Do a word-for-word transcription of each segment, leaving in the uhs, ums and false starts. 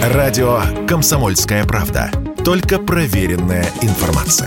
Радио «Комсомольская правда». Только проверенная информация.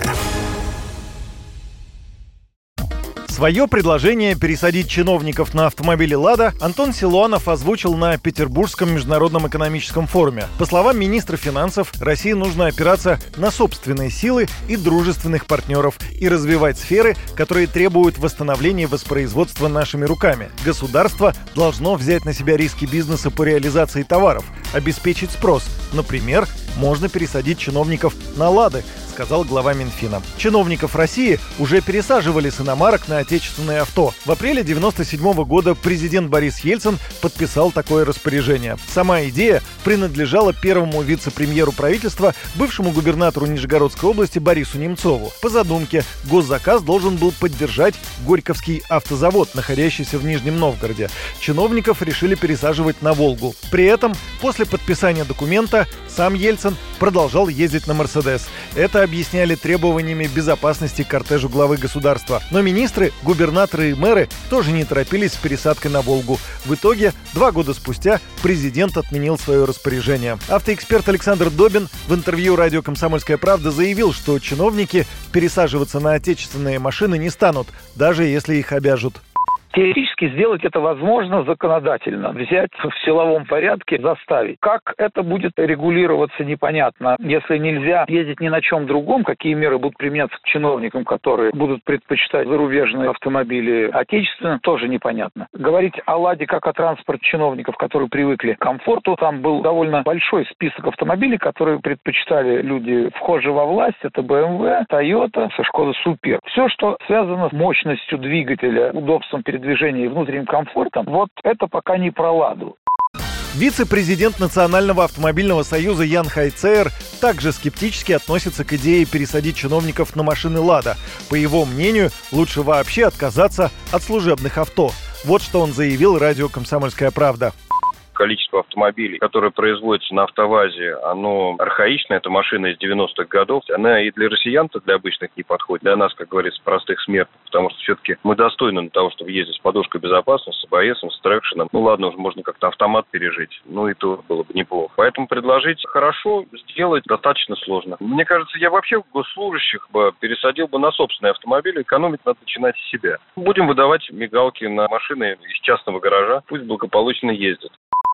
Свое предложение пересадить чиновников на автомобили «Лада» Антон Силуанов озвучил на Петербургском международном экономическом форуме. По словам министра финансов, России нужно опираться на собственные силы и дружественных партнеров и развивать сферы, которые требуют восстановления воспроизводства нашими руками. Государство должно взять на себя риски бизнеса по реализации товаров, обеспечить спрос. Например, можно пересадить чиновников на «Лады», сказал глава Минфина. Чиновников России уже пересаживали с иномарок на отечественные авто. В апреле девяносто седьмого года президент Борис Ельцин подписал такое распоряжение. Сама идея принадлежала первому вице-премьеру правительства, бывшему губернатору Нижегородской области Борису Немцову. По задумке, госзаказ должен был поддержать Горьковский автозавод, находящийся в Нижнем Новгороде. Чиновников решили пересаживать на «Волгу». При этом, после подписания документа, сам Ельцин продолжал ездить на «Мерседес». Это объясняли требованиями безопасности к кортежу главы государства. Но министры, губернаторы и мэры тоже не торопились с пересадкой на «Волгу». В итоге, два года спустя, президент отменил свое распоряжение. Автоэксперт Александр Добин в интервью радио «Комсомольская правда» заявил, что чиновники пересаживаться на отечественные машины не станут, даже если их обяжут. Теоретически сделать это возможно законодательно, взять в силовом порядке, заставить. Как это будет регулироваться, непонятно. Если нельзя ездить ни на чем другом, какие меры будут применяться к чиновникам, которые будут предпочитать зарубежные автомобили отечественным, тоже непонятно. Говорить о «Ладе» как о транспорте чиновников, которые привыкли к комфорту, там был довольно большой список автомобилей, которые предпочитали люди, вхожие во власть. Это бэ эм вэ, Toyota, Шкода Супер. Все, что связано с мощностью двигателя, удобством передвижения и внутренним комфортом, вот это пока не про «Ладу». Вице-президент Национального автомобильного союза Ян Хайцер также скептически относится к идее пересадить чиновников на машины «Лада». По его мнению, лучше вообще отказаться от служебных авто. Вот что он заявил радио «Комсомольская правда». Количество автомобилей, которые производятся на АвтоВАЗе, оно архаичное. Это машина из девяностых годов. Она и для россиян-то, для обычных не подходит. Для нас, как говорится, простых смертных. Потому что все-таки мы достойны того, чтобы ездить с подушкой безопасности, с а бэ эсом, с трекшеном. Ну ладно, уже можно как-то автомат пережить. Ну и то было бы неплохо. Поэтому предложить хорошо, сделать достаточно сложно. Мне кажется, я вообще госслужащих бы пересадил бы на собственные автомобили. Экономить надо начинать с себя. Будем выдавать мигалки на машины из частного гаража. Пусть благополучно ездят.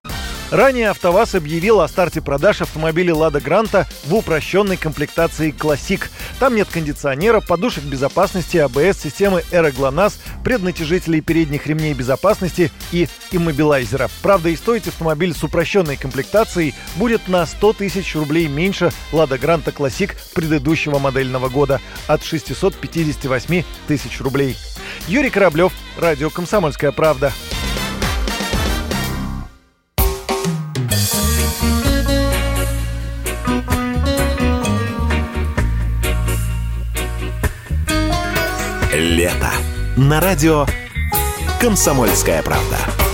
Ранее АвтоВАЗ объявил о старте продаж автомобилей «Лада Гранта» в упрощенной комплектации «Классик». Там нет кондиционера, подушек безопасности, а бэ эс, системы «Эро ГЛОНАСС», преднатяжителей передних ремней безопасности и иммобилайзера. Правда, и стоить автомобиль с упрощенной комплектацией будет на сто тысяч рублей меньше «Лада Гранта Классик» предыдущего модельного года – от шестьсот пятьдесят восемь тысяч рублей. Юрий Кораблев, радио «Комсомольская правда». Лето. На радио «Комсомольская правда».